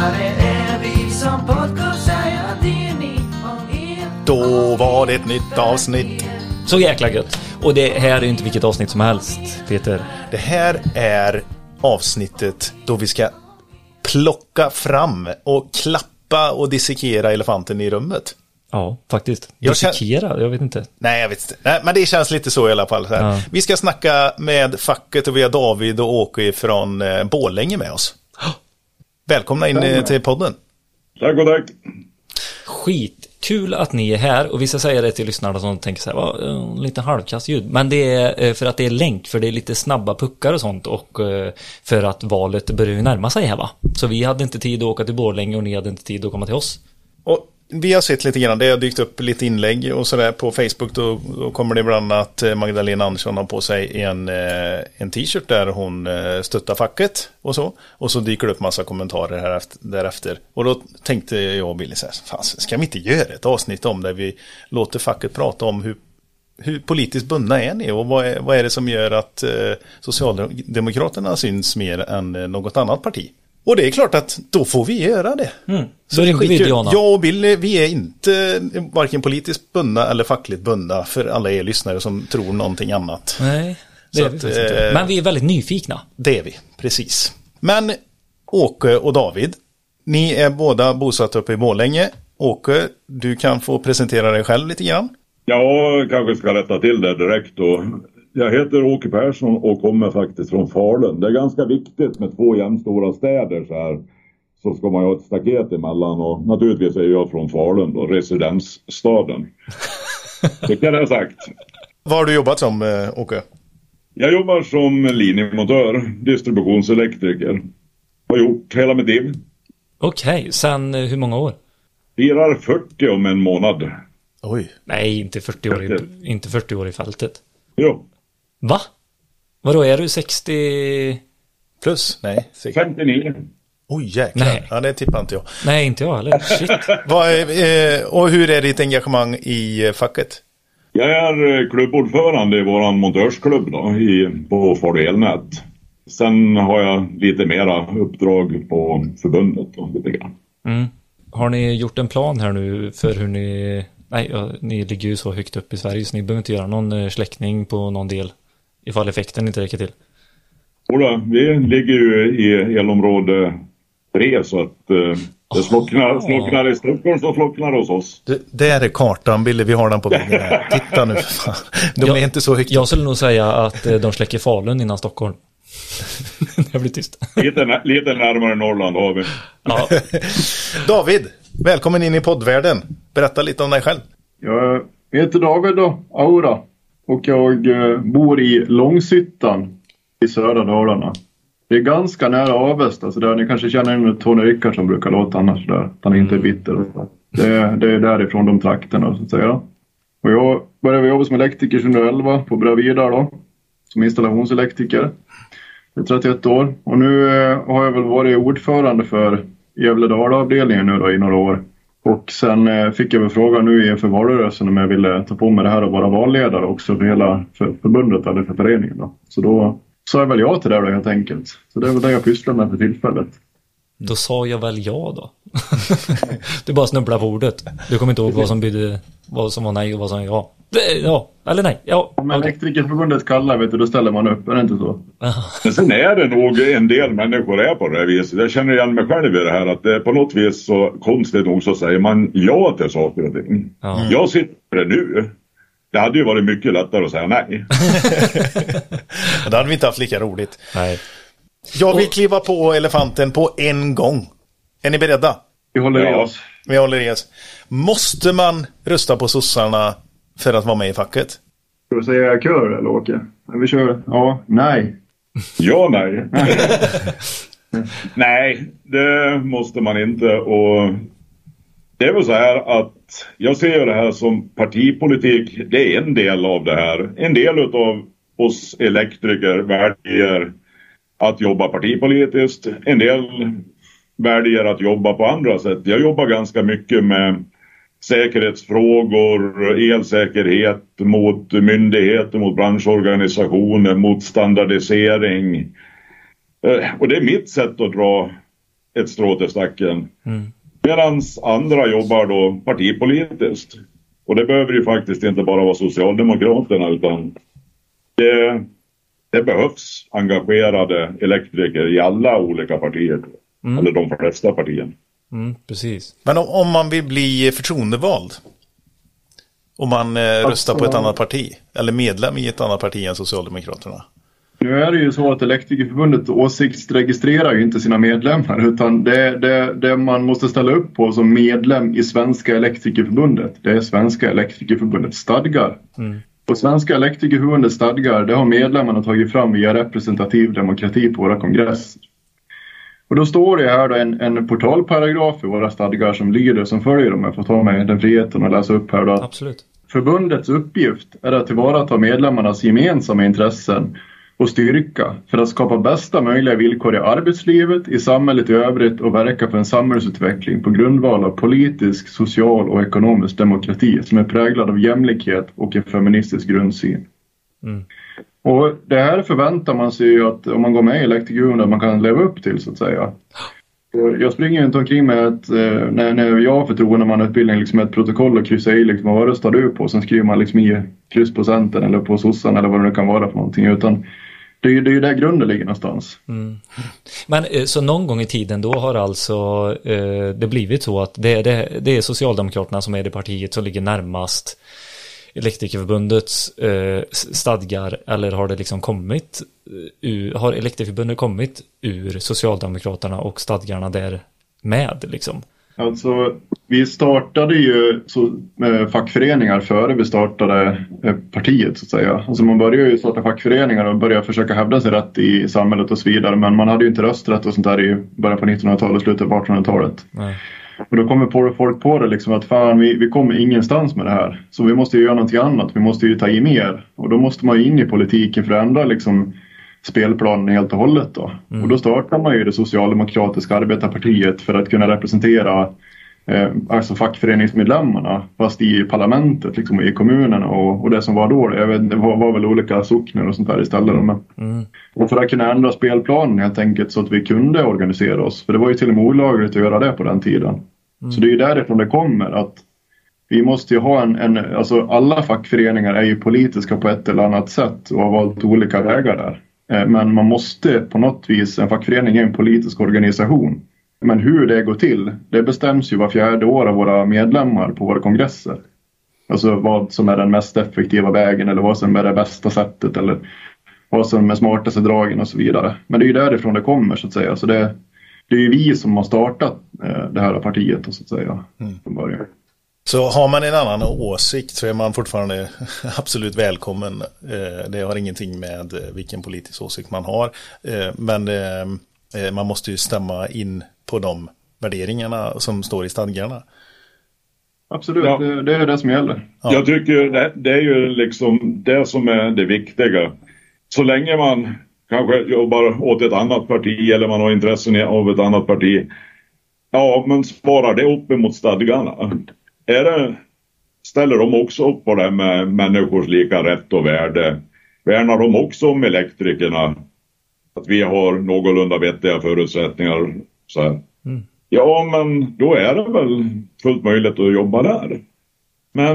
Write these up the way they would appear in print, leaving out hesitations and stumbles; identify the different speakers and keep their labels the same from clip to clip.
Speaker 1: Då var det ett nytt avsnitt.
Speaker 2: Så jäkla gött. Och det här är inte vilket avsnitt som helst, Peter.
Speaker 1: Det här är avsnittet då vi ska plocka fram och klappa och dissekera elefanten i rummet.
Speaker 2: Ja, faktiskt. Dissekera, jag vet inte.
Speaker 1: Nej, jag vet inte. Nej, men det känns lite så i alla fall. Ja. Vi ska snacka med facket och vi har David och Åke från Borlänge med oss. Välkomna in till podden.
Speaker 3: Tack och tack.
Speaker 2: Skitkul att ni är här, och vi ska säga det till lyssnarna som tänker så här, lite halvkast ljud. Men det är för att det är länk, för det är lite snabba puckar och sånt, och för att valet börjar närma sig här, va? Så vi hade inte tid att åka till Borlänge och ni hade inte tid att komma till oss.
Speaker 1: Och vi har sett lite grann, det har dykt upp lite inlägg och sådär på Facebook, då kommer det ibland att Magdalena Andersson har på sig en t-shirt där hon stöttar facket och så dyker det upp massa kommentarer här därefter. Och då tänkte jag och Billy så här, fan, ska vi inte göra ett avsnitt om där vi låter facket prata om hur politiskt bundna är ni och vad är det som gör att Socialdemokraterna syns mer än något annat parti? Och det är klart att då får vi göra det.
Speaker 2: Så det är skitkul.
Speaker 1: Jag och Billy, vi är inte varken politiskt bundna eller fackligt bundna för alla er lyssnare som tror någonting annat.
Speaker 2: Nej, det är vi inte. Men vi är väldigt nyfikna.
Speaker 1: Det är vi, precis. Men Åke och David, ni är båda bosatta uppe i Borlänge. Åke, du kan få presentera dig själv lite grann.
Speaker 3: Ja, kanske ska rätta till det direkt då. Jag heter Åke Persson och kommer faktiskt från Falun. Det är ganska viktigt med två jämnstora städer så här. Så ska man ha ett staket emellan, och naturligtvis är jag från Falun då, residensstaden. Det kan jag ha sagt.
Speaker 1: Vad har du jobbat som, Åke?
Speaker 3: Jag jobbar som linjemontör, distributionselektriker. Har gjort hela mitt liv.
Speaker 2: Okej, sen hur många år?
Speaker 3: Firar 40 om en månad.
Speaker 1: Oj.
Speaker 2: Nej, inte 40 år i fältet.
Speaker 3: Jo.
Speaker 2: Va? Vadå, är du 60
Speaker 1: plus? Nej,
Speaker 3: 59.
Speaker 1: Oj, jäklar.
Speaker 2: Nej.
Speaker 1: Ja, det tippar inte jag.
Speaker 2: Nej, inte jag heller. Shit.
Speaker 1: Och hur är ditt engagemang i facket?
Speaker 3: Jag är klubbordförande i våran montörsklubb då, på Falu Elnät. Sen har jag lite mera uppdrag på förbundet då, lite grann.
Speaker 2: Har ni gjort en plan här nu för hur ni... Nej, ni ligger ju så högt upp i Sverige så ni behöver inte göra någon släckning på någon del ifall effekten inte räcker till.
Speaker 3: Ola, vi ligger ju i elområde 3 så att det slocknar i Stockholm så slocknar hos oss.
Speaker 1: Där är kartan, Billy, vi har den på väggen här. Titta nu, fan. De är inte så högt.
Speaker 2: Jag skulle nog säga att de släcker Falun innan Stockholm. Det blir tyst.
Speaker 3: Lite närmare Norrland har vi.
Speaker 2: Ja.
Speaker 1: David, välkommen in i poddvärlden. Berätta lite om dig själv.
Speaker 4: Jag heter David då, Aura. Och jag bor i Långshyttan i södra Dalarna. Det är ganska nära Avesta, så där ni kanske känner en Tony Rickard som brukar låta annars där. Han är inte bitter. Det är därifrån de trakterna så att säga. Och jag började jobba som elektriker 2011 på Bravida då. Som installationselektriker. Jag är 31 år. Och nu har jag väl varit ordförande för Gävle-Dala-avdelningen nu då i några år. Och sen fick jag väl fråga nu inför valrörelsen om jag ville ta på mig det här och vara valledare också för hela förbundet eller för föreningen då. Så då sa jag väl ja till det då helt enkelt. Så det är väl det jag pysslar med för tillfället.
Speaker 2: Då sa jag väl ja då. Du bara snubblar på ordet. Du kommer inte ihåg vad som var nej och vad som var ja. Ja, eller nej. Ja.
Speaker 4: Om elektrikerförbundet kallar, vet du, då ställer man upp. Är det inte så?
Speaker 3: Men sen är det nog en del människor är på det här viset. Jag känner igen mig själv i det här. Att det på något vis så konstigt nog så säger man ja till saker och ting. Jag sitter nu. Det hade ju varit mycket lättare att säga nej.
Speaker 1: Det hade vi inte haft lika roligt.
Speaker 2: Nej.
Speaker 1: Jag vill kliva på elefanten på en gång. Är ni beredda?
Speaker 4: Vi håller i oss.
Speaker 1: Vi håller i oss. Måste man rösta på sossarna för att vara med i facket?
Speaker 4: Ska du säga kör eller Åke? Vi kör. Ja, nej.
Speaker 3: Ja, nej. Nej, det måste man inte. Och det är väl så här att jag ser det här som partipolitik. Det är en del av det här. En del av oss elektriker väljer att jobba partipolitiskt. En del väljer att jobba på andra sätt. Jag jobbar ganska mycket med säkerhetsfrågor, elsäkerhet mot myndigheter, mot branschorganisationer, mot standardisering. Och det är mitt sätt att dra ett strå till stacken. Medan andra jobbar då partipolitiskt. Och det behöver ju faktiskt inte bara vara Socialdemokraterna, utan det behövs engagerade elektriker i alla olika partier. Eller de flesta partier.
Speaker 2: Precis.
Speaker 1: Men om man vill bli förtroendevald, om man röstar på ett annat parti eller medlem i ett annat parti än Socialdemokraterna?
Speaker 4: Nu är det ju så att Elektrikerförbundet åsiktsregistrerar ju inte sina medlemmar, utan det man måste ställa upp på som medlem i Svenska Elektrikerförbundet, det är Svenska Elektrikerförbundets stadgar. Och Svenska Elektrikerförbundets stadgar, det har medlemmarna tagit fram via representativ demokrati på våra kongresser. Och då står det här då en portalparagraf i våra stadgar som lyder som följer, om jag får ta mig den friheten och läsa upp här då.
Speaker 2: Absolut.
Speaker 4: Förbundets uppgift är att tillvarata medlemmarnas gemensamma intressen och styrka för att skapa bästa möjliga villkor i arbetslivet, i samhället i övrigt och verka för en samhällsutveckling på grundval av politisk, social och ekonomisk demokrati som är präglad av jämlikhet och en feministisk grundsyn. Och det här förväntar man sig ju att om man går med i Elektrikerförbundet att man kan leva upp till, så att säga. Jag springer inte omkring med att när jag har förtroendemannautbildning liksom ett protokoll och kryssar i liksom, vad röstar du på? Sen skriver man liksom i kryssprocenten eller på sossan eller vad det nu kan vara för någonting, utan det är ju där grunden ligger någonstans.
Speaker 2: Men så någon gång i tiden då har alltså det blivit så att det är Socialdemokraterna som är det partiet som ligger närmast Elektrikerförbundets stadgar, eller har det liksom kommit har Elektrikerförbundet kommit ur Socialdemokraterna och stadgarna där med liksom?
Speaker 4: Alltså, vi startade ju fackföreningar före vi startade partiet, så att säga. Alltså man började ju starta fackföreningar och började försöka hävda sig rätt i samhället och så vidare. Men man hade ju inte rösträtt och sånt där i början på 1900-talet, slutet på 1800-talet. Nej. Och då kommer folk på det liksom att fan, vi kommer ingenstans med det här. Så vi måste ju göra någonting annat, vi måste ju ta i mer. Och då måste man ju in i politiken för att ändra liksom spelplanen helt och hållet då. Och då startar man ju det socialdemokratiska arbetarpartiet för att kunna representera alltså fackföreningsmedlemmarna, fast i parlamentet liksom, i kommunerna och det som var då, jag vet, det var väl olika sockner och sånt där istället. Och för att kunna ändra spelplanen helt enkelt så att vi kunde organisera oss, för det var ju till och med olagligt att göra det på den tiden. Så det är ju därifrån det kommer att vi måste ju ha alltså alla fackföreningar är ju politiska på ett eller annat sätt och har valt olika vägar där. Men man måste på något vis, en fackförening är en politisk organisation. Men hur det går till, det bestäms ju var 4:e år av våra medlemmar på våra kongresser. Alltså vad som är den mest effektiva vägen eller vad som är det bästa sättet eller vad som är smartaste dragen och så vidare. Men det är ju därifrån det kommer, så att säga. Så det är ju vi som har startat det här partiet, så att säga, från början.
Speaker 1: Så har man en annan åsikt så är man fortfarande absolut välkommen. Det har ingenting med vilken politisk åsikt man har. Men man måste ju stämma in på de värderingarna som står i stadgarna.
Speaker 4: Absolut, ja. Det är det som gäller.
Speaker 3: Ja. Jag tycker det är ju liksom det som är det viktiga. Så länge man kanske jobbar åt ett annat parti eller man har intressen av ett annat parti. Ja, men svarar det upp emot stadgarna. Ställer de också upp på det med människors lika rätt och värde? Värnar de också om elektrikerna? Att vi har någorlunda vettiga förutsättningar. Så här. Ja, men då är det väl fullt möjligt att jobba där. Men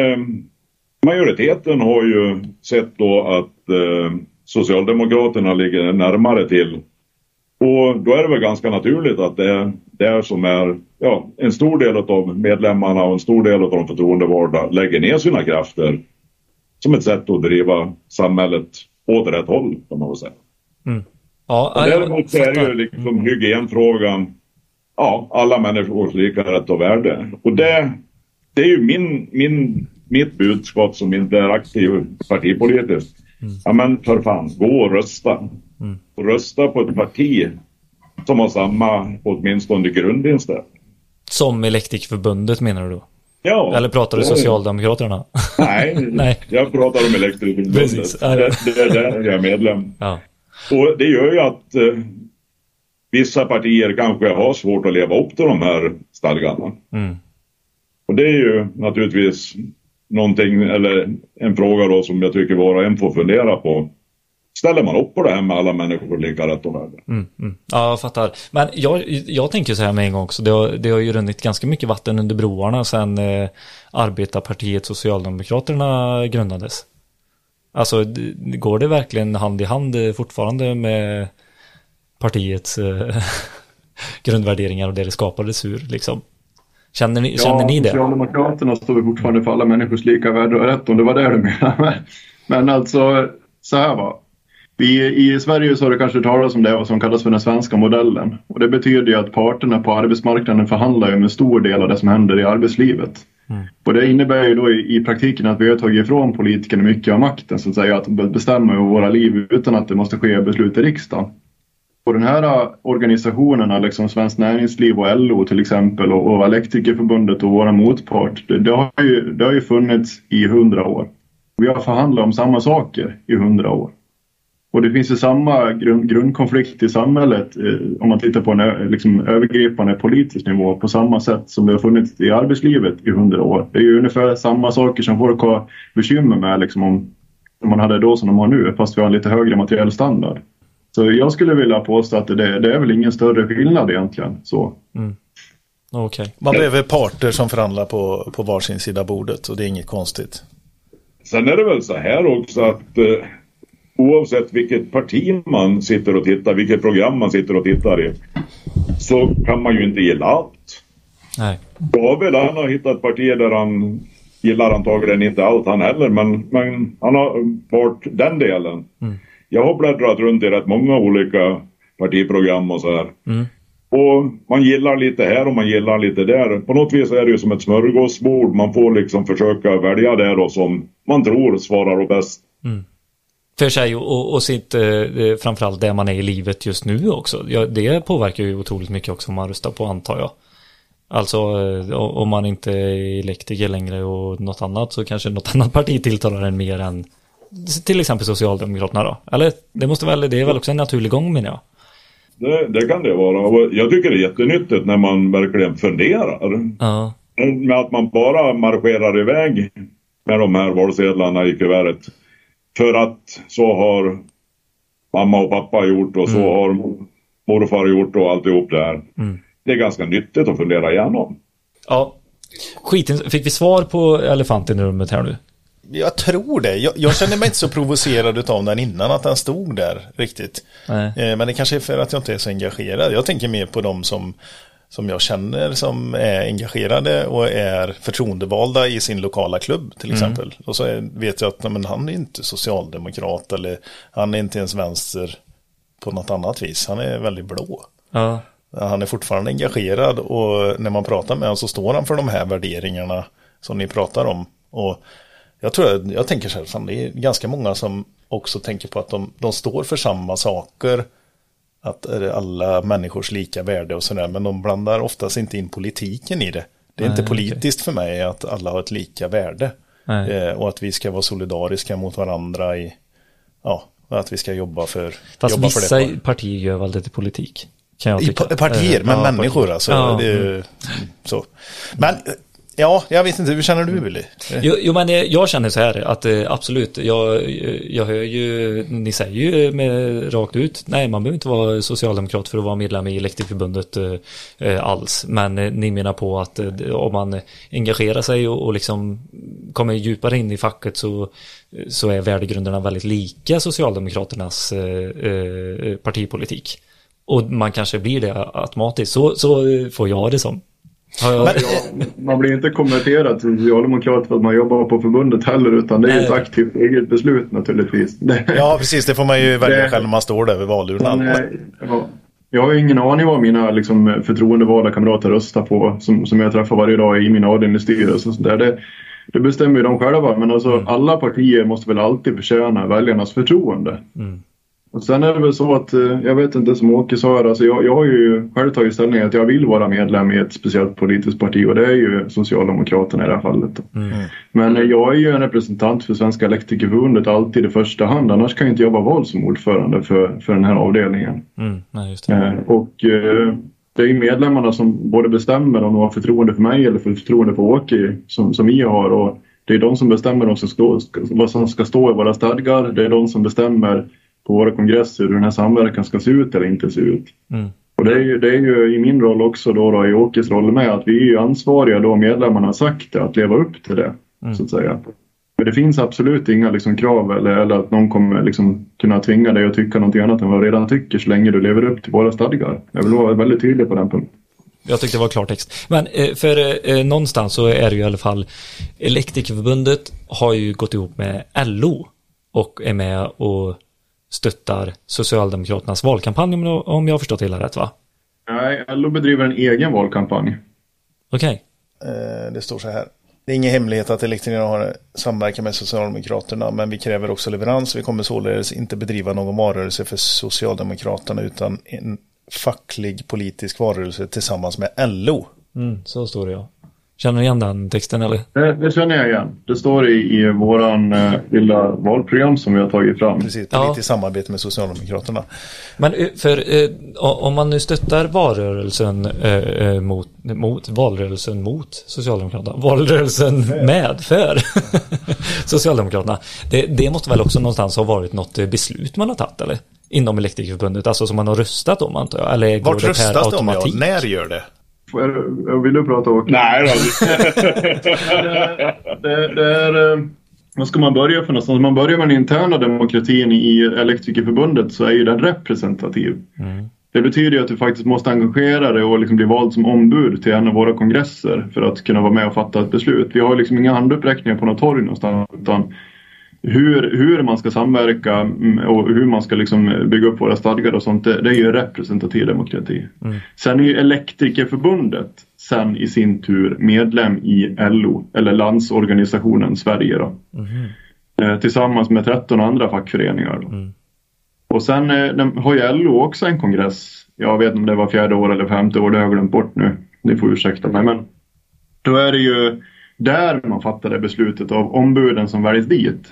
Speaker 3: majoriteten har ju sett då att Socialdemokraterna ligger närmare till. Och då är det väl ganska naturligt att det är som är en stor del av medlemmarna och en stor del av de förtroendevalda lägger ner sina krafter som ett sätt att driva samhället åt rätt håll, kan man väl säga. Ja, och däremot är det ju liksom hygienfrågan, alla människors lika rätt och värde. Och det är ju mitt budskap som inte är aktiv partipolitiskt. Ja, men för fan, gå och rösta. Och rösta på ett parti som har samma åtminstone grundinställning.
Speaker 2: Som Elektrikerförbundet menar du då?
Speaker 3: Ja.
Speaker 2: Eller pratar du Socialdemokraterna?
Speaker 3: Nej, jag pratar om Elektrikerförbundet. Precis. Det är där jag är medlem. Ja. Och det gör ju att vissa partier kanske har svårt att leva upp till de här stadgarna. Och det är ju naturligtvis någonting, eller en fråga då som jag tycker var och en får fundera på. ställer man upp på det här med alla människor lika rätt och värde.
Speaker 2: Ja, jag fattar. Men jag tänker så här med en gång också. Det har ju runnit ganska mycket vatten under broarna sedan Arbetarpartiet Socialdemokraterna grundades. Alltså, går det verkligen hand i hand fortfarande med partiets grundvärderingar och det det skapades ur, liksom? Känner ni det?
Speaker 4: Socialdemokraterna står fortfarande för alla människors lika värde och rätt, om det var det du menade. Men alltså, så här va. I Sverige så har det kanske talats om det som kallas för den svenska modellen. Och det betyder ju att parterna på arbetsmarknaden förhandlar ju med stor del av det som händer i arbetslivet. Och det innebär ju då i praktiken att vi har tagit ifrån politikerna mycket av makten, så att säga, att bestämma över våra liv utan att det måste ske beslut i riksdagen. Och den här organisationerna, liksom Svenskt Näringsliv och LO till exempel, och Elektrikerförbundet och våra motpart, det har ju funnits i 100 år. Vi har förhandlat om samma saker i 100 år. Och det finns ju samma grundkonflikt i samhället om man tittar på en liksom övergripande politisk nivå på samma sätt som det har funnits i arbetslivet i 100 år. Det är ju ungefär samma saker som folk har bekymmer med, liksom, om man hade då som de har nu, fast vi har en lite högre materiell standard. Så jag skulle vilja påstå att det är väl ingen större skillnad egentligen. Så.
Speaker 2: Okay.
Speaker 1: Man behöver parter som förhandlar på varsin sida bordet, och det är inget konstigt.
Speaker 3: Sen är det väl så här också att oavsett vilket parti man sitter och tittar, vilket program man sitter och tittar i, så kan man ju inte gilla allt.
Speaker 2: Nej.
Speaker 3: Han har hittat partier där han gillar antagligen inte allt han heller, men han har varit den delen. Jag har bläddrat runt i rätt många olika partiprogram och så här. Och man gillar lite här och man gillar lite där. På något vis är det ju som ett smörgåsbord. Man får liksom försöka välja det då som man tror svarar och bäst.
Speaker 2: För sig och sitt, framförallt där man är i livet just nu också. Ja, det påverkar ju otroligt mycket också om man röstar på, antar jag. Alltså om man inte är elektriker längre och något annat, så kanske något annat parti tilltalar en mer än till exempel Socialdemokraterna då. Eller det är väl också en naturlig gång, menar jag.
Speaker 3: Det kan det vara. Och jag tycker det är jättenyttigt när man verkligen funderar.
Speaker 2: Ja.
Speaker 3: Med att man bara marscherar iväg med de här valsedlarna i kuvertet. För att så har mamma och pappa gjort och så har morfar gjort och alltihop det här. Det är ganska nyttigt att fundera igenom.
Speaker 2: Ja. Fick vi svar på elefanten i rummet här nu?
Speaker 1: Jag tror det. Jag känner mig inte så provocerad av den innan, att den stod där riktigt. Men det kanske är för att jag inte är så engagerad. Jag tänker mer på dem som jag känner som är engagerade och är förtroendevalda i sin lokala klubb till exempel. Och så vet jag att men han är inte socialdemokrat, eller han är inte ens vänster på något annat vis. Han är väldigt blå. Ja. Han är fortfarande engagerad, och när man pratar med honom så står han för de här värderingarna som ni pratar om. Och jag tänker så här, det är ganska många som också tänker på att de står för samma saker, att är alla människors lika värde och sådär, men de blandar oftast inte in politiken i det. Det är inte politiskt för mig att alla har ett lika värde, och att vi ska vara solidariska mot varandra att vi ska jobba för
Speaker 2: fast vissa partier gör väl det till politik, kan jag tycka.
Speaker 1: Partier, men människor partier. Alltså. Det är så. Men ja, jag vet inte, hur känner du, Willy?
Speaker 2: Jo, men jag känner så här att absolut, jag hör ju, ni säger ju med rakt ut, nej, man behöver inte vara socialdemokrat för att vara medlem i Elektrikerförbundet alls, men ni menar på att om man engagerar sig och liksom kommer djupare in i facket så är värdegrunderna väldigt lika Socialdemokraternas partipolitik, och man kanske blir det automatiskt, så får jag det som.
Speaker 4: Man blir inte konverterad till socialdemokrat för att man jobbar på förbundet heller, utan det är ett aktivt eget beslut naturligtvis.
Speaker 1: Ja, precis, det får man ju välja själv när man står där vid valurnan.
Speaker 4: Jag har ju ingen aning vad mina liksom, förtroendevalda kamrater röstar på, som jag träffar varje dag i min avdelningsstyrelse. Det bestämmer ju de själva, men alltså, alla partier måste väl alltid förtjäna väljarnas förtroende. Och sen är det väl så att, jag vet inte, som Åke sa, alltså jag har ju själv tagit ställning att jag vill vara medlem i ett speciellt politiskt parti, och det är ju Socialdemokraterna i det här fallet. Men jag är ju en representant för Svenska Elektrikerförbundet alltid i första hand, annars kan jag inte jobba vald som ordförande för den här avdelningen.
Speaker 2: Nej, just det.
Speaker 4: Och det är ju medlemmarna som både bestämmer om de har förtroende för mig eller för förtroende för Åke som vi har, och det är de som bestämmer vad som ska stå i våra stadgar, det är de som bestämmer på våra kongresser hur den här samverkan ska se ut eller inte se ut. Och det är ju i min roll också då i Åkes roll med att vi är ju ansvariga då medlemmarna har sagt det, att leva upp till det så att säga. För det finns absolut inga liksom krav eller att någon kommer liksom kunna tvinga dig att tycka något annat än vad du redan tycker så länge du lever upp till våra stadgar. Jag vill vara väldigt tydlig på den punkten.
Speaker 2: Jag tyckte det var klartext. Men för någonstans så är det ju i alla fall Elektrikerförbundet har ju gått ihop med LO och är med och stöttar Socialdemokraternas valkampanj om jag har förstått hela rätt, va?
Speaker 4: Nej, LO bedriver en egen valkampanj.
Speaker 2: Okej.
Speaker 1: Det står så här. Det är ingen hemlighet att elektrikerna har samverkan med Socialdemokraterna, men vi kräver också leverans. Vi kommer således inte bedriva någon varelse för Socialdemokraterna utan en facklig politisk varelse tillsammans med LO.
Speaker 2: Så står det, ja. Känner ni igen den texten, eller?
Speaker 4: Det känner jag igen. Det står i våran lilla valprogram som vi har tagit fram.
Speaker 1: Precis, politiskt samarbete med Socialdemokraterna.
Speaker 2: Men om man nu stöttar valrörelsen mot Socialdemokraterna, valrörelsen med för Socialdemokraterna, det måste väl också någonstans ha varit något beslut man har tagit, eller? Inom Elektrikerförbundet, alltså som man har röstat om, antar jag. Eller
Speaker 1: vart röstas de, ja? När gör det?
Speaker 4: Vill du prata om?
Speaker 3: Nej då.
Speaker 4: det är... Vad ska man börja för någonstans? Om man börjar med den interna demokratin i Elektrikerförbundet så är ju den representativ. Det betyder ju att du faktiskt måste engagera dig och liksom bli vald som ombud till en av våra kongresser för att kunna vara med och fatta ett beslut. Vi har liksom inga handuppräckningar på något torg någonstans, utan hur man ska samverka och hur man ska liksom bygga upp våra stadgar och sånt, det är ju representativ demokrati. Sen är ju Elektrikerförbundet sen i sin tur medlem i LO, eller Landsorganisationen Sverige då. Tillsammans med 13 andra fackföreningar då. Och sen har ju LO också en kongress. Jag vet inte om det var 4:e år eller 5:e år, det har jag glömt bort nu. Ni får ursäkta mig, men då är det ju där man fattar det beslutet av ombuden som väljs dit.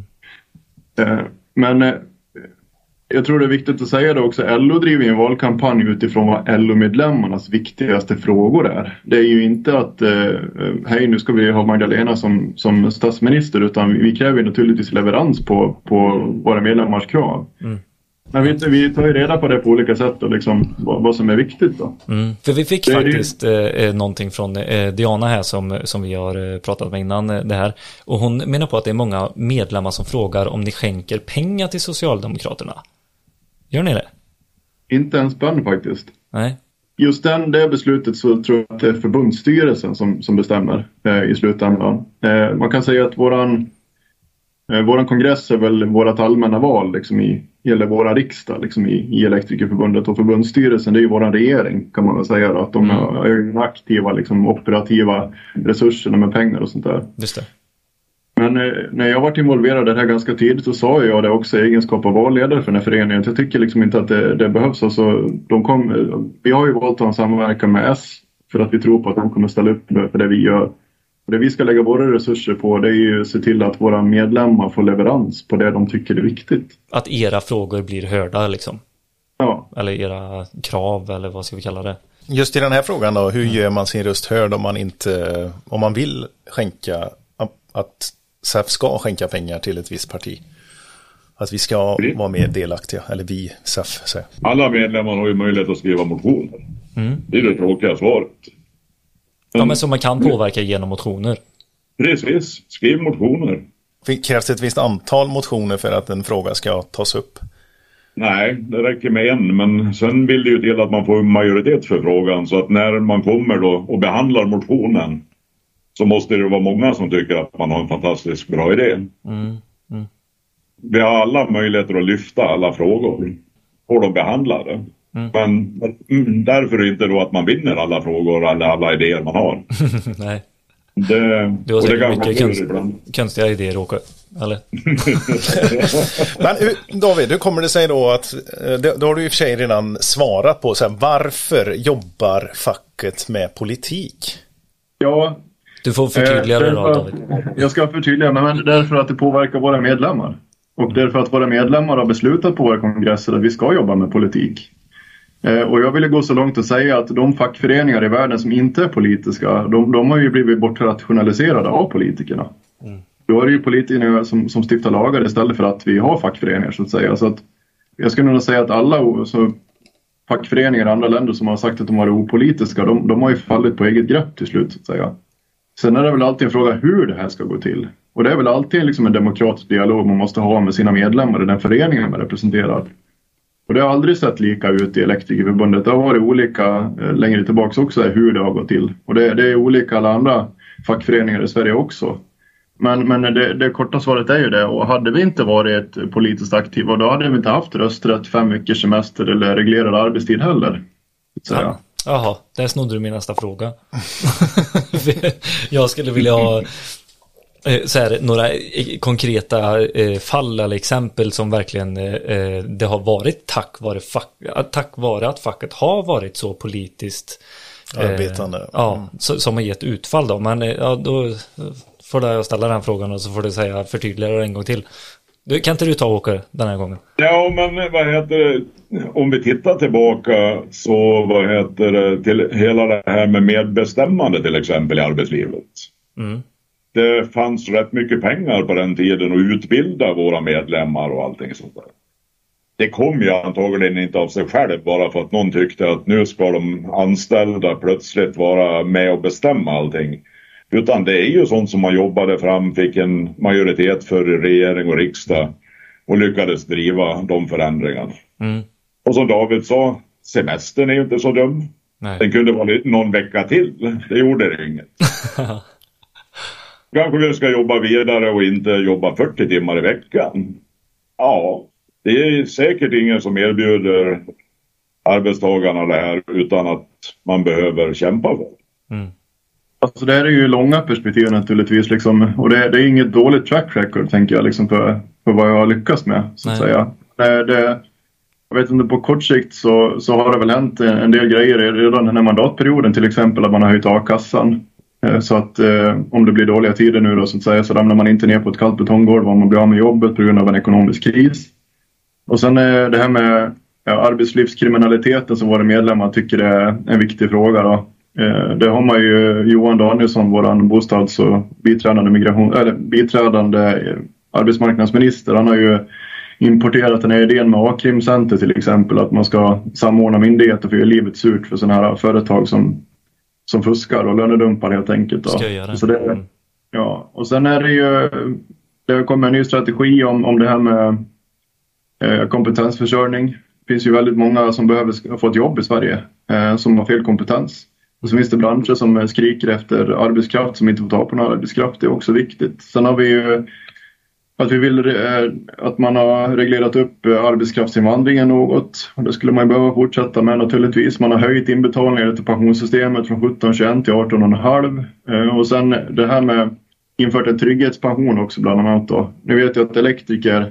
Speaker 4: Men jag tror det är viktigt att säga det också. LO driver en valkampanj utifrån vad LO-medlemmarnas viktigaste frågor är. Det är ju inte att hej, nu ska vi ha Magdalena som statsminister, utan vi kräver naturligtvis leverans på våra medlemmars krav. Men vi tar ju reda på det på olika sätt och liksom vad som är viktigt då.
Speaker 2: För vi fick faktiskt någonting från Diana här som vi har pratat med innan det här. Och hon menar på att det är många medlemmar som frågar om ni skänker pengar till Socialdemokraterna. Gör ni det? Inte en spänn faktiskt. Nej.
Speaker 4: Just det beslutet så tror jag att det är förbundsstyrelsen som bestämmer i slutändan. Man kan säga att våran kongress är väl vårat allmänna val liksom eller våra riksdag liksom i Elektrikerförbundet, och förbundsstyrelsen det är ju våran regering kan man väl säga då, att de är aktiva liksom operativa resurserna med pengar och sånt där. Just det. Men när jag varit involverad i det här ganska tidigt så sa jag det också i egenskap av valledare för den här föreningen. Jag tycker liksom inte att det behövs. Alltså, vi har ju valt att samverka med S för att vi tror på att de kommer ställa upp för det vi gör. Och det vi ska lägga våra resurser på, det är ju att se till att våra medlemmar får leverans på det de tycker är viktigt.
Speaker 2: Att era frågor blir hörda liksom?
Speaker 4: Ja.
Speaker 2: Eller era krav, eller vad ska vi kalla det?
Speaker 1: Just i den här frågan då, hur gör man sin röst hörd om man vill skänka, att SAF ska skänka pengar till ett visst parti? Att vi ska vara mer delaktiga, eller vi, SAF. Så.
Speaker 3: Alla medlemmar har ju möjlighet att skriva motioner. Det är det tråkiga svaret.
Speaker 2: Ja, men så man kan påverka genom motioner.
Speaker 3: Precis, skriv motioner.
Speaker 1: Krävs det ett visst antal motioner för att en fråga ska tas upp?
Speaker 3: Nej, det räcker med en, men sen vill det ju till att man får majoritet för frågan, så att när man kommer då och behandlar motionen så måste det vara många som tycker att man har en fantastiskt bra idé. Vi har alla möjligheter att lyfta alla frågor och de behandlade. Men därför är det inte då att man vinner alla frågor eller alla idéer man har. Nej.
Speaker 2: Du har säkert mycket konstiga idéer, Åke, eller?
Speaker 1: Men David, hur kommer det sig då att då har du i och för sig redan svarat på så här, varför jobbar facket med politik?
Speaker 4: Ja,
Speaker 2: du får förtydliga det då, David.
Speaker 4: Jag ska förtydliga, men därför att det påverkar våra medlemmar. Och därför att våra medlemmar har beslutat på våra kongresser att vi ska jobba med politik. Och jag ville gå så långt att säga att de fackföreningar i världen som inte är politiska, de har ju blivit bortrationaliserade av politikerna. Då är det ju politikerna som stiftar lagar istället för att vi har fackföreningar så att säga. Så att jag skulle nog säga att alla fackföreningar i andra länder som har sagt att de var opolitiska, de har ju fallit på eget grepp till slut så att säga. Sen är det väl alltid en fråga hur det här ska gå till. Och det är väl alltid liksom en demokratisk dialog man måste ha med sina medlemmar i den föreningen man representerar. Och det har aldrig sett lika ut i Elektrikerförbundet. Det har varit olika längre tillbaka också hur det har gått till. Och det är olika alla andra fackföreningar i Sverige också. Men det korta svaret är ju det. Och hade vi inte varit politiskt aktiva, då hade vi inte haft rösträtt, 5 veckors semester eller reglerad arbetstid heller.
Speaker 2: Ja. Jaha, där snodde du min nästa fråga. Jag skulle vilja ha så här, några konkreta fall eller exempel som verkligen det har varit tack vare att facket har varit så politiskt
Speaker 1: arbetande.
Speaker 2: Som har gett utfall då. Men då får jag ställa den frågan och så får du säga förtydligare en gång till. Kan inte du ta Åker den här gången?
Speaker 3: Ja, men om vi tittar tillbaka så till hela det här med medbestämmande till exempel i arbetslivet. Det fanns rätt mycket pengar på den tiden att utbilda våra medlemmar och allting sånt där. Det kom ju antagligen inte av sig själv bara för att någon tyckte att nu ska de anställda plötsligt vara med och bestämma allting. Utan det är ju sånt som man jobbade fram, fick en majoritet för regering och riksdag och lyckades driva de förändringarna. Och som David sa, semestern är ju inte så dum.
Speaker 2: Nej.
Speaker 3: Den kunde vara någon vecka till, det gjorde det inget. Kanske vi ska jobba vidare och inte jobba 40 timmar i veckan. Ja, det är säkert ingen som erbjuder arbetstagarna det här utan att man behöver kämpa för.
Speaker 4: Alltså det är ju långa perspektiv naturligtvis liksom, och det är inget dåligt track record tänker jag liksom för vad jag har lyckats med så att säga. Jag vet inte, på kort sikt så har det väl hänt en del grejer redan den här mandatperioden, till exempel att man har höjt a-kassan. Så att om det blir dåliga tider nu då så att säga, så ramlar man inte ner på ett kallt betonggolv om man blir av med jobbet på grund av en ekonomisk kris. Och sen det här med arbetslivskriminaliteten som våra medlemmar tycker är en viktig fråga då. Det har man ju Johan Danielsson, våran bostads- och biträdande arbetsmarknadsminister. Han har ju importerat den här idén med A-krimcenter till exempel, att man ska samordna myndigheter för att göra livet surt för sådana här företag som fuskar och lönedumpar helt enkelt. Så det, ja. Och sen är det ju, det kommer en ny strategi om det här med kompetensförsörjning. Det finns ju väldigt många som behöver få ett jobb i Sverige som har fel kompetens. Och så finns det branscher som skriker efter arbetskraft som inte får ta på någon arbetskraft. Det är också viktigt. Sen har vi ju att vi vill att man har reglerat upp arbetskraftsinvandringen något. Och det skulle man behöva fortsätta med naturligtvis. Man har höjt inbetalningar till pensionssystemet från 17,21 till 18,5. Och sen det här med infört en trygghetspension också bland annat då. Nu vet jag att elektriker,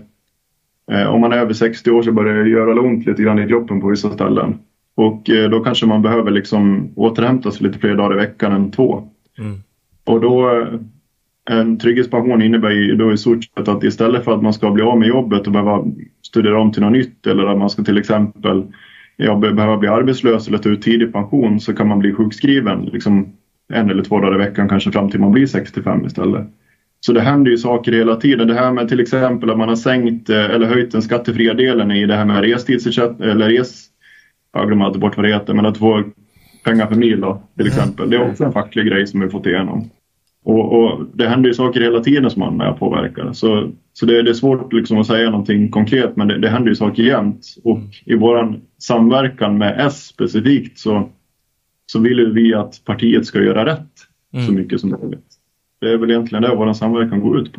Speaker 4: om man är över 60 år så börjar det göra ont lite grann i kroppen på vissa ställen. Och då kanske man behöver liksom återhämta sig lite fler dagar i veckan än 2. Och då en trygghetspension innebär ju då i stort sett att istället för att man ska bli av med jobbet och behöva studera om till något nytt, eller att man ska till exempel behöva bli arbetslös eller ta ut tidig pension, så kan man bli sjukskriven liksom 1 eller 2 dagar i veckan kanske fram till man blir 65 istället. Så det händer ju saker hela tiden. Det här med till exempel att man har sänkt eller höjt den skattefria delen i det här med restidsersättning eller jag glömmer alltid bort vad det heter, men att få pengar för mil då, till exempel. Det är också en facklig grej som vi fått igenom. Och det händer ju saker hela tiden som man är påverkar. Så det är svårt liksom att säga någonting konkret, men det händer ju saker jämt. Och i våran samverkan med S specifikt så vill vi att partiet ska göra rätt så mycket som möjligt. Det är väl egentligen det våran samverkan går ut på.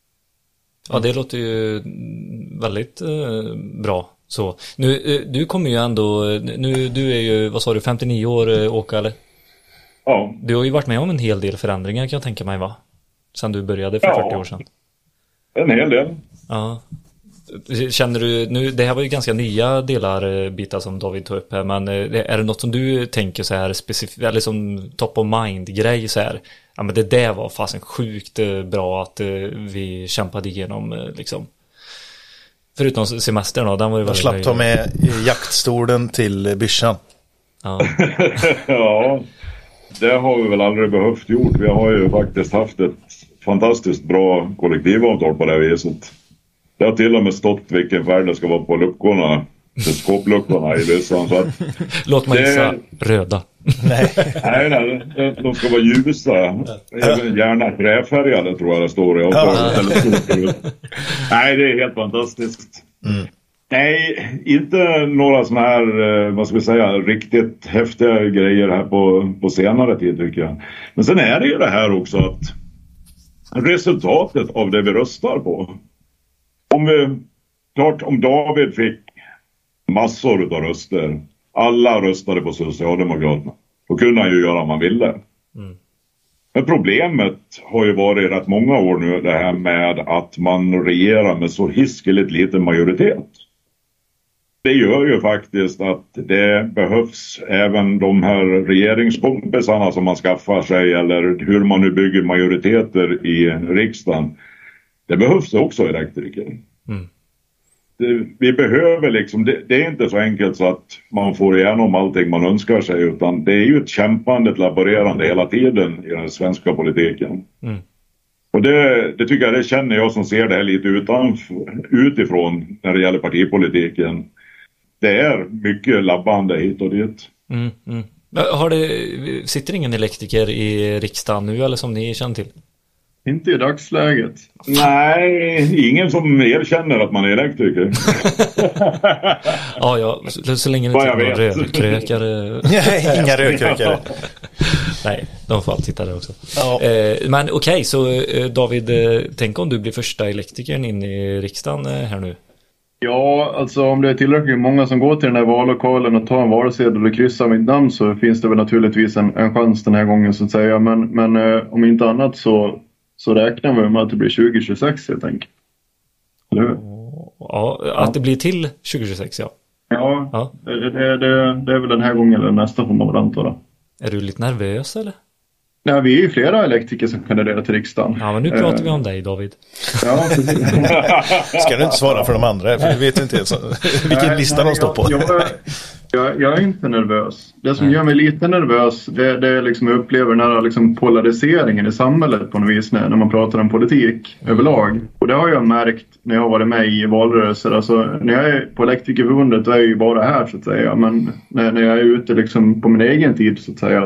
Speaker 2: Ja, det låter ju väldigt bra. Så nu, du kommer ju ändå, du är ju, vad sa du, 59 år, Åka, eller?
Speaker 3: Ja.
Speaker 2: Du har ju varit med om en hel del förändringar kan jag tänka mig, va? Sen du började för 40 år sedan.
Speaker 3: En hel del.
Speaker 2: Ja. Känner du, nu, det här var ju ganska nya bitar som David tog upp här, men är det något som du tänker så här specifikt, eller som top of mind-grej så här? Ja, men det där var fasen sjukt bra att vi kämpade igenom liksom. Förutom semestern då, den var ju
Speaker 1: väldigt... Jag slapp ta med jaktstolen till Byrsan.
Speaker 2: Ja.
Speaker 3: Ja, det har vi väl aldrig behövt gjort. Vi har ju faktiskt haft ett fantastiskt bra kollektivavtal på det viset. Det har till och med stått vilken färg det ska vara på luckorna. Skåpluckorna i Ryssland. Så att
Speaker 2: låt mig gissa röda.
Speaker 3: Nej, de ska vara ljusa. Även gärna träfärgade tror jag det står i. Nej, det är helt fantastiskt. Nej, inte några såna här, vad ska vi säga, riktigt häftiga grejer här på senare tid tycker jag. Men sen är det ju det här också att resultatet av det vi röstar på. Om David fick massor av röster, alla röstade på Socialdemokraterna, då kunde han ju göra vad man ville. Men problemet har ju varit rätt många år nu det här med att man regerar med så hiskeligt liten majoritet. Det gör ju faktiskt att det behövs även de här regeringskompisarna som man skaffar sig eller hur man nu bygger majoriteter i riksdagen. Det behövs också elektriker. Vi behöver liksom, det är inte så enkelt så att man får igenom allting man önskar sig, utan det är ju ett kämpande, ett laborerande hela tiden i den svenska politiken. Och det tycker jag, det känner jag som ser det här lite utifrån när det gäller partipolitiken. Det är mycket labbande hit och dit.
Speaker 2: Sitter ingen elektriker i riksdagen nu eller som ni känner till?
Speaker 4: Inte i dagsläget.
Speaker 3: Nej, ingen som erkänner att man är elektriker.
Speaker 2: Ja, så länge det inte är någon rödkrökare.
Speaker 1: Nej, inga rödkrökare.
Speaker 2: Nej, de får alltid sitta där också.
Speaker 1: Ja.
Speaker 2: Men okej, så David, tänk om du blir första elektrikern in i riksdagen här nu.
Speaker 4: Ja, alltså om det är tillräckligt många som går till den här vallokalen och tar en valsedel och kryssar mitt namn så finns det väl naturligtvis en chans den här gången så att säga. Men om inte annat så räknar vi med att det blir 2026 helt enkelt. Eller hur?
Speaker 2: Ja, att det blir till 2026, ja.
Speaker 4: Ja. Det är väl den här gången eller nästa får man väl anta då.
Speaker 2: Är du lite nervös eller?
Speaker 4: Nej, vi är ju flera elektriker som kandiderar till riksdagen.
Speaker 2: Ja, men nu pratar vi om dig, David.
Speaker 4: Ja,
Speaker 1: ska du inte svara för de andra? För du vet inte vilken lista de står på.
Speaker 4: Jag är inte nervös. Det som gör mig lite nervös det är liksom jag upplever den här liksom polariseringen i samhället på något vis när man pratar om politik överlag. Och det har jag märkt när jag har varit med i valrörelser. Alltså, när jag är på Elektrikerförbundet då är jag ju bara här så att säga. Men när jag är ute liksom på min egen tid så att säga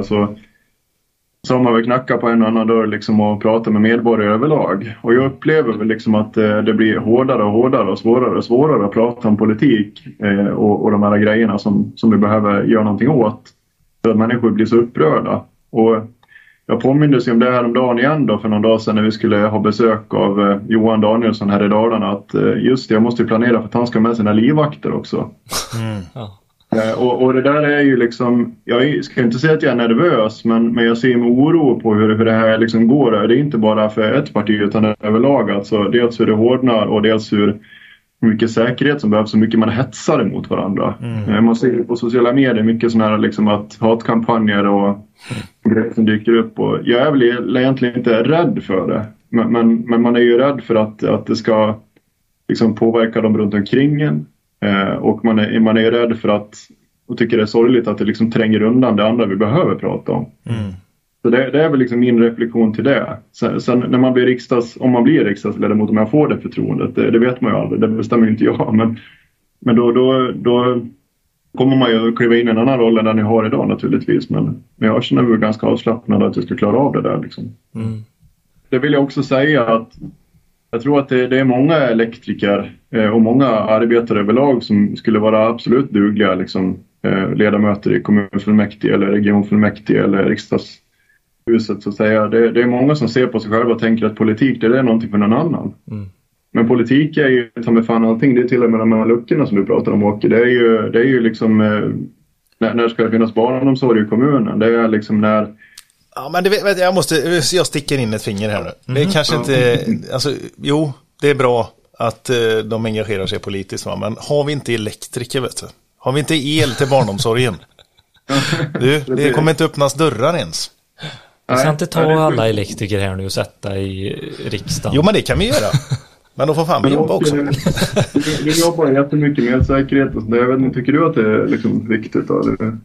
Speaker 4: så har man väl knackat på en annan dörr liksom och pratat med medborgare överlag. Och jag upplever väl liksom att det blir hårdare och hårdare och svårare att prata om politik och de här grejerna som vi behöver göra någonting åt. För att människor blir så upprörda. Och jag påminner om det här om dagen igen då för någon dag sedan när vi skulle ha besök av Johan Danielsson här i Dalarna att just det, jag måste planera för att han ska med sina livvakter också.
Speaker 2: Ja.
Speaker 4: Och det där är ju liksom, jag ska inte säga att jag är nervös men jag ser med oro på hur det här liksom går. Det är inte bara för ett parti utan överlag. Alltså, dels hur det hårdnar och dels hur mycket säkerhet som behövs och mycket man hetsar emot varandra. Man ser på sociala medier mycket sådana här liksom att hatkampanjer och grejer som dyker upp. Och jag är väl egentligen inte rädd för det. Men man är ju rädd för att det ska liksom påverka dem runt omkring en. Och man är rädd för att och tycker det är sorgligt att det liksom tränger undan det andra vi behöver prata om. Så det är väl liksom min reflektion till det. Sen när man blir om man blir riksdagsledamot om jag får det förtroendet, det vet man ju aldrig, det bestämmer ju inte jag. Men då kommer man ju kliva in i en annan roll än den jag har idag naturligtvis. Men jag känner mig ganska avslappnad att jag ska klara av det där liksom. Det vill jag också säga att jag tror att det är många elektriker och många arbetare överlag som skulle vara absolut dugliga liksom, ledamöter i kommunfullmäktige eller regionfullmäktige eller riksdagshuset så att säga. Det är många som ser på sig själva och tänker att politik det är någonting för någon annan. Men politik är ju ta med fan allting. Det är till och med de här luckorna som du pratar om Åke. Det är ju liksom när ska det finnas barnomsorg i kommunen? Det är liksom när
Speaker 1: ja, men jag sticker in ett finger här nu. Det är kanske inte, alltså, jo, det är bra att de engagerar sig politiskt, va? Men har vi inte elektriker, vet du? Har vi inte el till barnomsorgen? Det kommer inte öppnas dörrar ens.
Speaker 2: Vi ska inte ta alla elektriker här nu och sätta i riksdagen.
Speaker 1: Jo, men det kan vi göra. Men då får fan vi jobba också.
Speaker 4: Vi jobbar jättemycket med säkerhet och så där. Tycker du att det är liksom viktigt? Eller?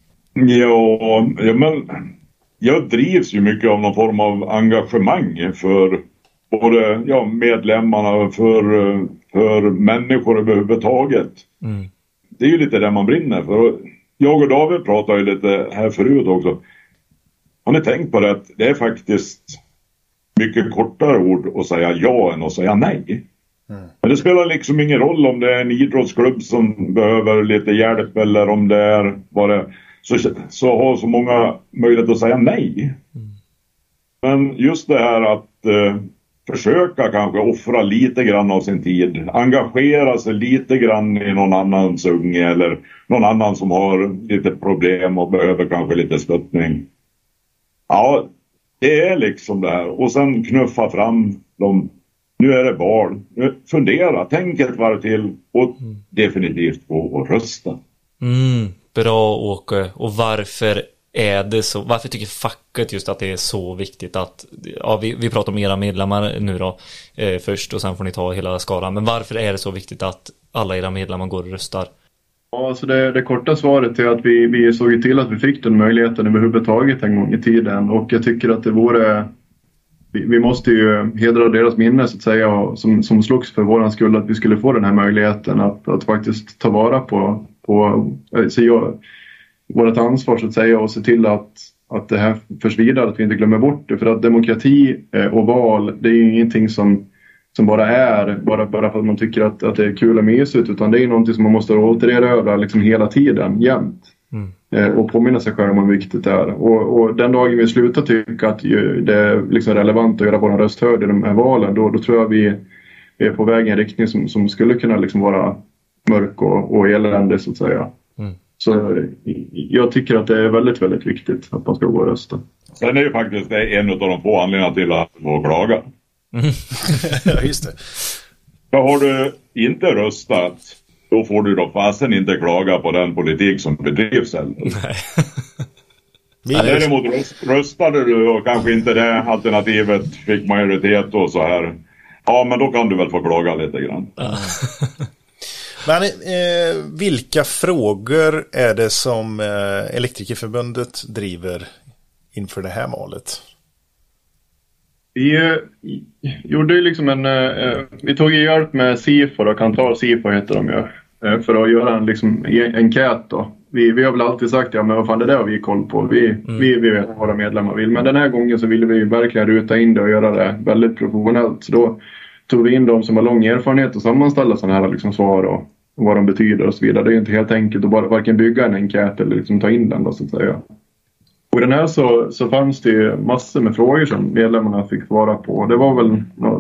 Speaker 3: Ja, men jag drivs ju mycket av någon form av engagemang för både medlemmarna, för för människor överhuvudtaget. Det är ju lite där man brinner för. Jag och David pratade ju lite här förut också. Har ni tänkt på det att det är faktiskt mycket kortare ord att säga ja än att säga nej. Men det spelar liksom ingen roll om det är en idrottsklubb som behöver lite hjälp eller om det är vad det så har så många möjlighet att säga nej. Men just det här att försöka kanske offra lite grann av sin tid, engagera sig lite grann i någon annans unge eller någon annan som har lite problem och behöver kanske lite stöttning. Ja, det är liksom det här. Och sen knuffa fram dem. Nu är det val. Fundera, tänk ett varv till och definitivt gå och rösta.
Speaker 2: Bra, Åke. Och varför är det så? Varför tycker facket just att det är så viktigt att... Ja, vi pratar om era medlemmar nu då först och sen får ni ta hela skalan. Men varför är det så viktigt att alla era medlemmar går och röstar?
Speaker 4: Ja, alltså det korta svaret är att vi såg till att vi fick den möjligheten överhuvudtaget en gång i tiden. Och jag tycker att det vore... Vi måste ju hedra deras minne så att säga, som slogs för våran skull att vi skulle få den här möjligheten att faktiskt ta vara på vårt ansvar så att säga och se till att det här förs vidare, att vi inte glömmer bort det. För att demokrati och val, det är ju ingenting som bara är bara för att man tycker att det är kul och mysigt, utan det är någonting som man måste återerövra liksom hela tiden, jämt. Och påminna sig själv om hur viktigt det är. Och den dagen vi slutar tycka att det är liksom relevant att göra vår röst hörd i de här valen, då tror jag vi är på väg i en riktning som skulle kunna liksom vara mörk och eländig så att säga. Så jag tycker att det är väldigt, väldigt viktigt att man ska gå och rösta.
Speaker 3: Sen är ju faktiskt det en av de få anledningarna till att få klaga.
Speaker 1: Ja, just det.
Speaker 3: För har du inte röstat, då får du då fasen inte klaga på den politik som bedrivs heller. Nej. Däremot röstade du och kanske inte det alternativet fick majoritet och så här. Ja, men då kan du väl få klaga lite grann.
Speaker 1: Men vilka frågor är det som Elektrikerförbundet driver inför det här valet?
Speaker 4: Vi gjorde liksom vi tog hjälp med SIFO och Kantar SIFO heter de ju, för att göra en enkät då. Vi har väl alltid sagt, ja men vad fan det där har vi koll på, vi vet vad våra medlemmar vill. Men den här gången så ville vi verkligen ruta in det och göra det väldigt professionellt. Så då tog vi in de som har lång erfarenhet och sammanställa sådana här liksom svar och vad de betyder och så vidare. Det är ju inte helt enkelt att bara varken bygga en enkät eller liksom ta in den då, så att säga. Och den här så fanns det ju massor med frågor som medlemmarna fick svara på. Det var väl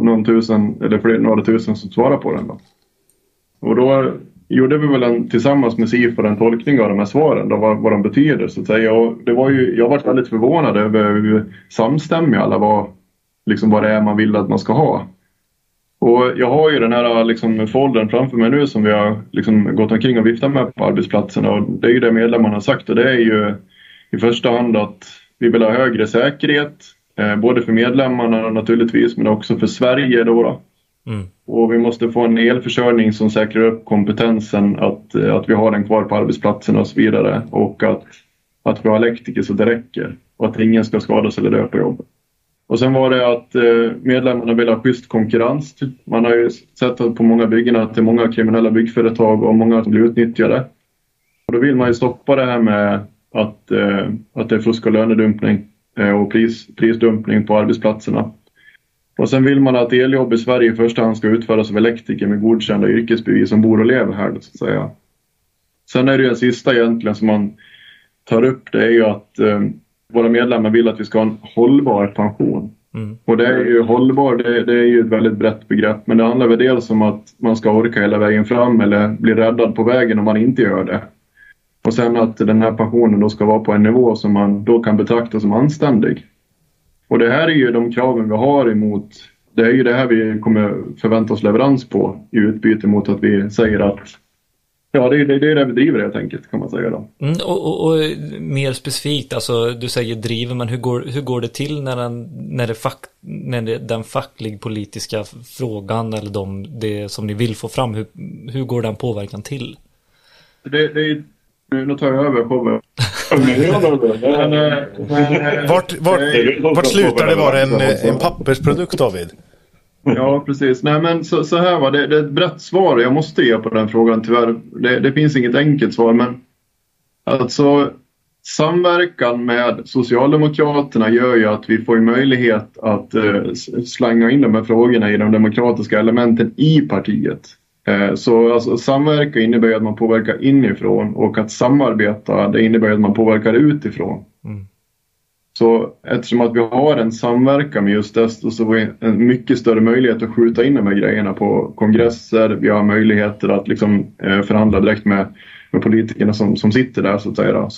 Speaker 4: några tusen som svarade på den då. Och då gjorde vi väl tillsammans med SIFO en tolkning av de här svaren, då, vad de betyder så att säga. Och det var ju, jag var väldigt förvånad över hur samstämmiga alla var, liksom vad det är man vill att man ska ha. Och jag har ju den här liksom foldern framför mig nu som vi har liksom gått omkring och viftat med på arbetsplatsen. Och det är ju det medlemmarna har sagt, och det är ju i första hand att vi vill ha högre säkerhet, både för medlemmarna naturligtvis, men också för Sverige då. Och vi måste få en elförsörjning som säkrar upp kompetensen, att vi har den kvar på arbetsplatsen och så vidare. Och att vi har elektriker så det räcker. Och att ingen ska skadas eller dö på jobbet. Och sen var det att medlemmarna vill ha schysst konkurrens. Man har ju sett på många byggen att det är många kriminella byggföretag och många som blir utnyttjade. Och då vill man ju stoppa det här med att det är fusk och lönedumpning och prisdumpning på arbetsplatserna. Och sen vill man att eljobb i Sverige i första hand ska utföras av elektriker med godkända yrkesbevis som bor och lever här, så att säga. Sen är det ju en sista egentligen som man tar upp, det är ju att våra medlemmar vill att vi ska ha en hållbar pension. Och det är ju hållbar, det är ju ett väldigt brett begrepp, men det handlar väl dels om att man ska orka hela vägen fram eller bli räddad på vägen om man inte gör det. Och sen att den här pensionen då ska vara på en nivå som man då kan betrakta som anständig. Och det här är ju de kraven vi har emot, det är ju det här vi kommer förvänta oss leverans på i utbyte mot att vi säger att ja, det är det vi driver helt enkelt, kan man säga då.
Speaker 2: Och mer specifikt, alltså du säger driver, men hur går det till när den facklig politiska frågan eller det som ni vill få fram, hur går den påverkan till? Det är
Speaker 4: nu tar jag över på
Speaker 1: Vart slutar det vara en pappersprodukt, David?
Speaker 4: Ja, precis. Nej, men så här var det är ett brett svar jag måste ge på den frågan tyvärr. Det finns inget enkelt svar, men alltså samverkan med Socialdemokraterna gör ju att vi får möjlighet att slänga in de här frågorna i de demokratiska elementen i partiet. Så alltså, samverka innebär att man påverkar inifrån, och att samarbeta det innebär att man påverkar utifrån. Så eftersom att vi har en samverkan med just det, så har vi en mycket större möjlighet att skjuta in de här grejerna på kongresser. Vi har möjligheter att liksom, förhandla direkt med politikerna som sitter där, så att säga,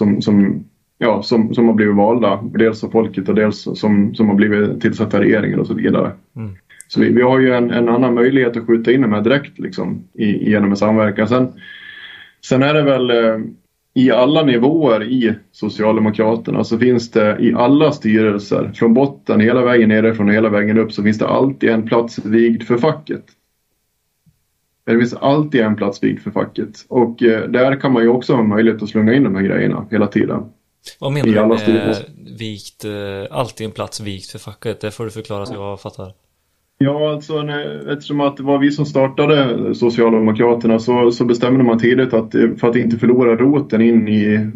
Speaker 4: som har blivit valda, dels av folket och dels som har blivit tillsatta regeringen och så vidare. Så vi har ju en annan möjlighet att skjuta in dem här direkt liksom, genom en samverkan. Sen är det väl i alla nivåer i Socialdemokraterna, så finns det i alla styrelser, från botten hela vägen nerifrån och hela vägen upp, så finns det alltid en plats vigd för facket. Det finns alltid en plats vigd för facket. Och där kan man ju också ha möjlighet att slunga in de här grejerna hela tiden.
Speaker 2: Vad menar du med vikt, alltid en plats vikt för facket? Det får du förklara så jag fattar.
Speaker 4: Ja, alltså eftersom att det var vi som startade Socialdemokraterna, så bestämde man tidigt att för att inte förlora roten in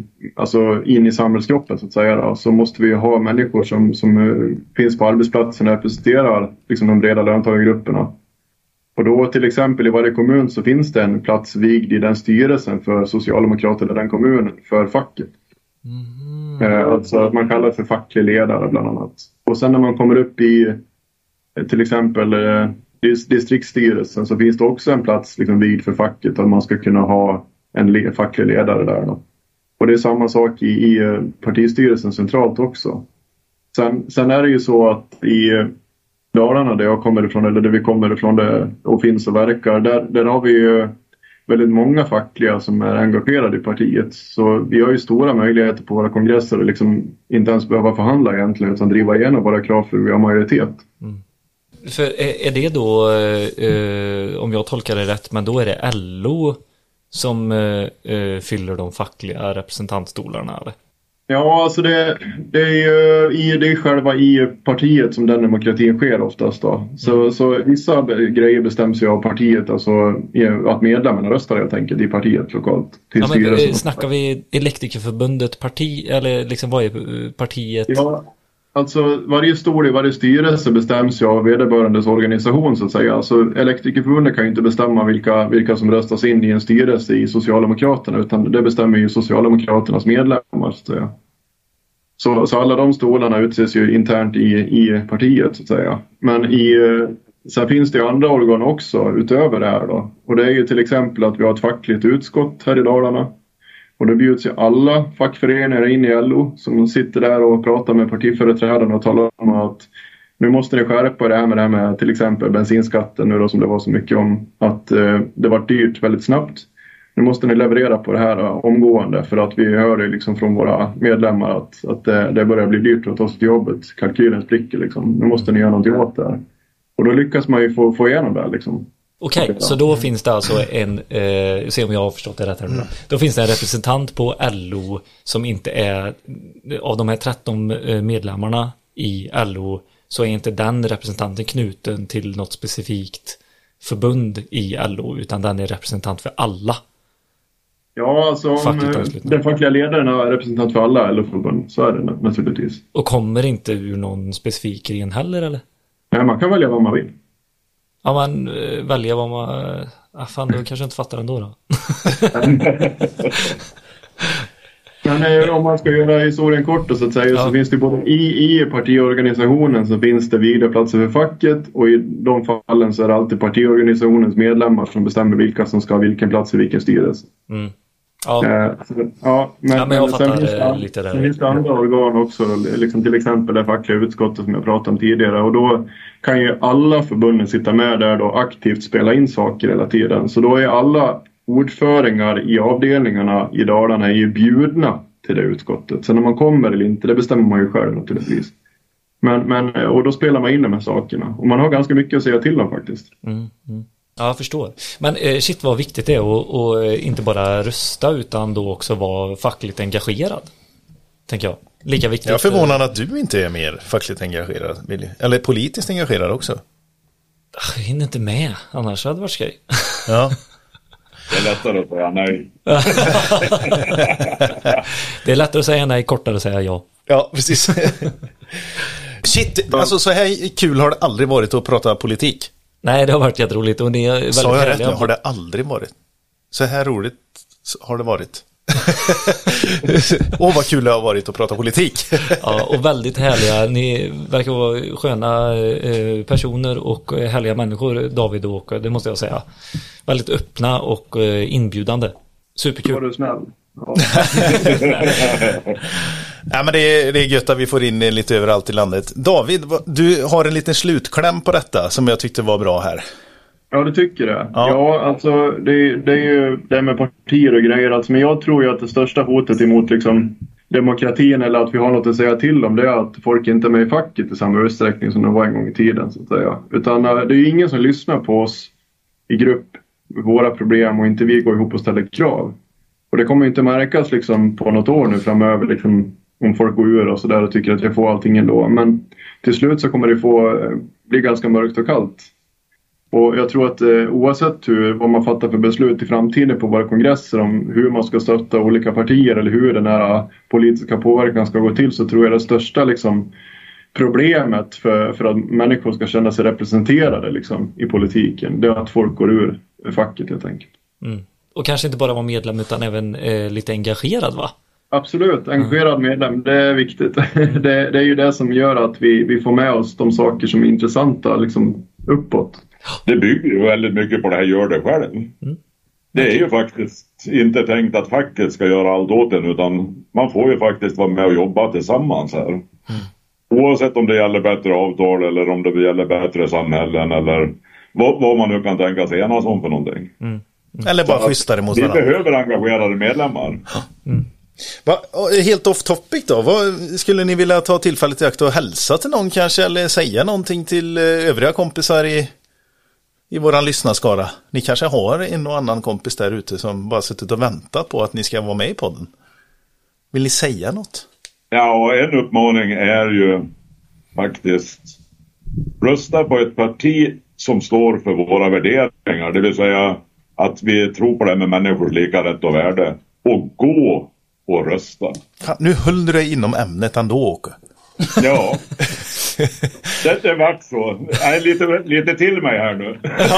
Speaker 4: i samhällskroppen, så att säga, då, så måste vi ha människor som finns på arbetsplatsen och representerar liksom, de breda löntagargrupperna. Och då till exempel i varje kommun så finns det en plats vigd i den styrelsen för Socialdemokraterna i den kommunen för facket. Alltså att man kallar det för facklig ledare bland annat. Och sen när man kommer upp i till exempel distriktsstyrelsen, så finns det också en plats liksom, vigd för facket, att man ska kunna ha en facklig ledare där då. Och det är samma sak i partistyrelsen centralt också. Sen är det ju så att i Dalarna där jag kommer ifrån, eller där vi kommer ifrån och finns och verkar, där har vi ju väldigt många fackliga som är engagerade i partiet. Så vi har ju stora möjligheter på våra kongresser att liksom inte ens behöva förhandla egentligen, utan driva igenom våra krav för vi har majoritet.
Speaker 2: För är det då, om jag tolkar det rätt, men då är det LO som fyller de fackliga representantstolarna, eller? Ja,
Speaker 4: alltså det är själva i partiet som den demokratin sker oftast då. Så vissa grejer bestäms ju av partiet, alltså att medlemmarna röstar helt enkelt i partiet lokalt.
Speaker 2: Ja, men snackar vi Elektrikerförbundet parti, eller liksom vad är partiet?
Speaker 4: Ja, alltså varje stol i varje styrelse bestäms ju av vederbörandes organisation, så att säga. Alltså Elektrikerförbundet kan ju inte bestämma vilka som röstas in i en styrelse i Socialdemokraterna, utan det bestämmer ju Socialdemokraternas medlemmar, så att säga. Så alla de stolarna utses ju internt i partiet, så att säga. Men sen finns det ju andra organ också utöver det här då. Och det är ju till exempel att vi har ett fackligt utskott här i Dalarna. Och det bjuds ju alla fackföreningar in i LO som sitter där och pratar med partiföreträdarna och talar om att nu måste ni skärpa det här med till exempel bensinskatten nu då, som det var så mycket om, att det var dyrt väldigt snabbt. Nu måste ni leverera på det här omgående, för att vi hör det liksom från våra medlemmar att det börjar bli dyrt att ta sig till jobbet. Kalkylen spricker liksom. Nu måste ni göra någonting åt det här. Och då lyckas man ju få igenom det liksom.
Speaker 2: Okej, så då finns det alltså se om jag har förstått det rätt här. Då finns det en representant på LO som inte är, av de här 13 medlemmarna i LO, så är inte den representanten knuten till något specifikt förbund i LO, utan den är representant för alla.
Speaker 4: Ja, alltså om den fackliga ledaren är representant för alla LO-förbund, så är det naturligtvis.
Speaker 2: Och kommer inte ur någon specifik gren heller, eller? Nej,
Speaker 4: man kan välja vad man vill.
Speaker 2: Ja, man välja vad man... fan, du kanske inte fattar ändå då.
Speaker 4: Men om man ska göra historien kort då, så att säga, så finns det både i partiorganisationen så finns det vigda platser för facket, och i de fallen så är det alltid partiorganisationens medlemmar som bestämmer vilka som ska ha vilken plats i vilken styrelse.
Speaker 2: Men jag fattar lite där.
Speaker 4: Sen finns det andra organ också, liksom till exempel det fackliga utskottet som jag pratade om tidigare, och då kan ju alla förbunden sitta med där och aktivt spela in saker hela tiden. Så då är alla ordföringar i avdelningarna i Dalarna är ju bjudna till det utskottet. Sen när man kommer eller inte, det bestämmer man ju själv naturligtvis. Och då spelar man in de här sakerna. Och man har ganska mycket att säga till dem faktiskt.
Speaker 2: Ja, jag förstår. Men shit, vad viktigt det är att inte bara rösta, utan då också vara fackligt engagerad, tänker jag. Lika viktigt.
Speaker 1: Jag är förvånad att du inte är mer fackligt engagerad, Billy. Eller politiskt engagerad också.
Speaker 2: Jag hinner inte med, annars hade det varit skoj.
Speaker 1: Ja.
Speaker 3: Det är lättare att säga nej.
Speaker 2: Det är lättare att säga nej, kortare att säga ja.
Speaker 1: Ja, precis. Shit, alltså så här kul har det aldrig varit att prata politik.
Speaker 2: Nej, det har varit jätteroligt. Och ni är väldigt
Speaker 1: Sa jag rätt
Speaker 2: härliga.
Speaker 1: nu? Har det aldrig varit? Så här roligt har det varit. Vad kul det har varit att prata politik.
Speaker 2: Ja, och väldigt härliga. Ni verkar vara sköna personer och härliga människor, David och Åke, det måste jag säga. Väldigt öppna och inbjudande. Superkul.
Speaker 4: Var du snäll? Ja.
Speaker 1: Ja, men det är gött att vi får in lite överallt i landet. David, du har en liten slutkläm på detta som jag tyckte var bra här.
Speaker 4: Ja, du tycker det? Ja, alltså det är ju det med partier och grejer. Alltså, men jag tror ju att det största hotet emot liksom, demokratin eller att vi har något att säga till om, det är att folk inte är med i facket i samma utsträckning som de var en gång i tiden, så att säga. Utan det är ju ingen som lyssnar på oss i grupp, våra problem, och inte vi går ihop och ställer krav. Och det kommer inte märkas liksom på något år nu framöver liksom, om folk går ur och så där och tycker att jag får allting ändå. Men till slut så kommer det bli ganska mörkt och kallt. Och jag tror att oavsett vad man fattar för beslut i framtiden på våra kongresser om hur man ska stötta olika partier eller hur den här politiska påverkan ska gå till, så tror jag det största liksom, problemet för att människor ska känna sig representerade liksom, i politiken, det är att folk går ur facket helt enkelt.
Speaker 2: Mm. Och kanske inte bara vara medlem utan även lite engagerad, va?
Speaker 4: Absolut, engagerad medlem, det är viktigt. Det är ju det som gör att vi får med oss de saker som är intressanta liksom, uppåt.
Speaker 3: Det bygger ju väldigt mycket på det här gör det själv. Mm. Det är ju faktiskt inte tänkt att facket ska göra allt åt en, utan man får ju faktiskt vara med och jobba tillsammans här. Mm. Oavsett om det gäller bättre avtal eller om det gäller bättre samhällen eller vad man nu kan tänka sig enas om för någonting.
Speaker 1: Mm. Eller bara schysstare mot varandra.
Speaker 3: Vi behöver engagerade medlemmar.
Speaker 1: Mm. Helt off topic då, skulle ni vilja ta tillfället i akt och hälsa till någon kanske, eller säga någonting till övriga kompisar i våran lyssnarskara? Ni kanske har en och annan kompis där ute som bara suttit och väntat på att ni ska vara med i podden. Vill ni säga något? Ja,
Speaker 3: en uppmaning är ju faktiskt rösta på ett parti som står för våra värderingar, det vill säga att vi tror på det med människors lika rätt och värde, och gå och rösta.
Speaker 1: Fan, nu höll du dig inom ämnet ändå, Åke.
Speaker 3: Ja, det var så. Lite till mig här nu.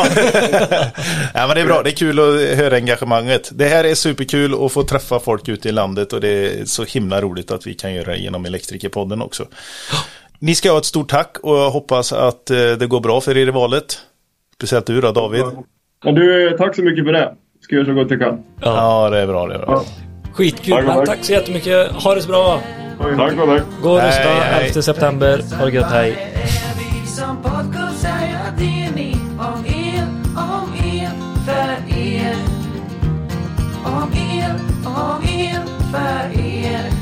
Speaker 1: Ja, men det är bra, det är kul att höra engagemanget. Det här är superkul att få träffa folk ute i landet, och det är så himla roligt att vi kan göra det genom Elektrikerpodden också. Ni ska ha ett stort tack, och jag hoppas att det går bra för er i valet. Speciellt du då, David.
Speaker 4: Ja, du, tack så mycket för det. Ska göra så gott jag kan.
Speaker 1: Ja, det är bra. Ja.
Speaker 2: Skitkul, tack så jättemycket. Ha det så bra.
Speaker 3: Tack för det.
Speaker 2: Gå och rösta 11 september. Ha det gött, hej.
Speaker 5: Om er, för er.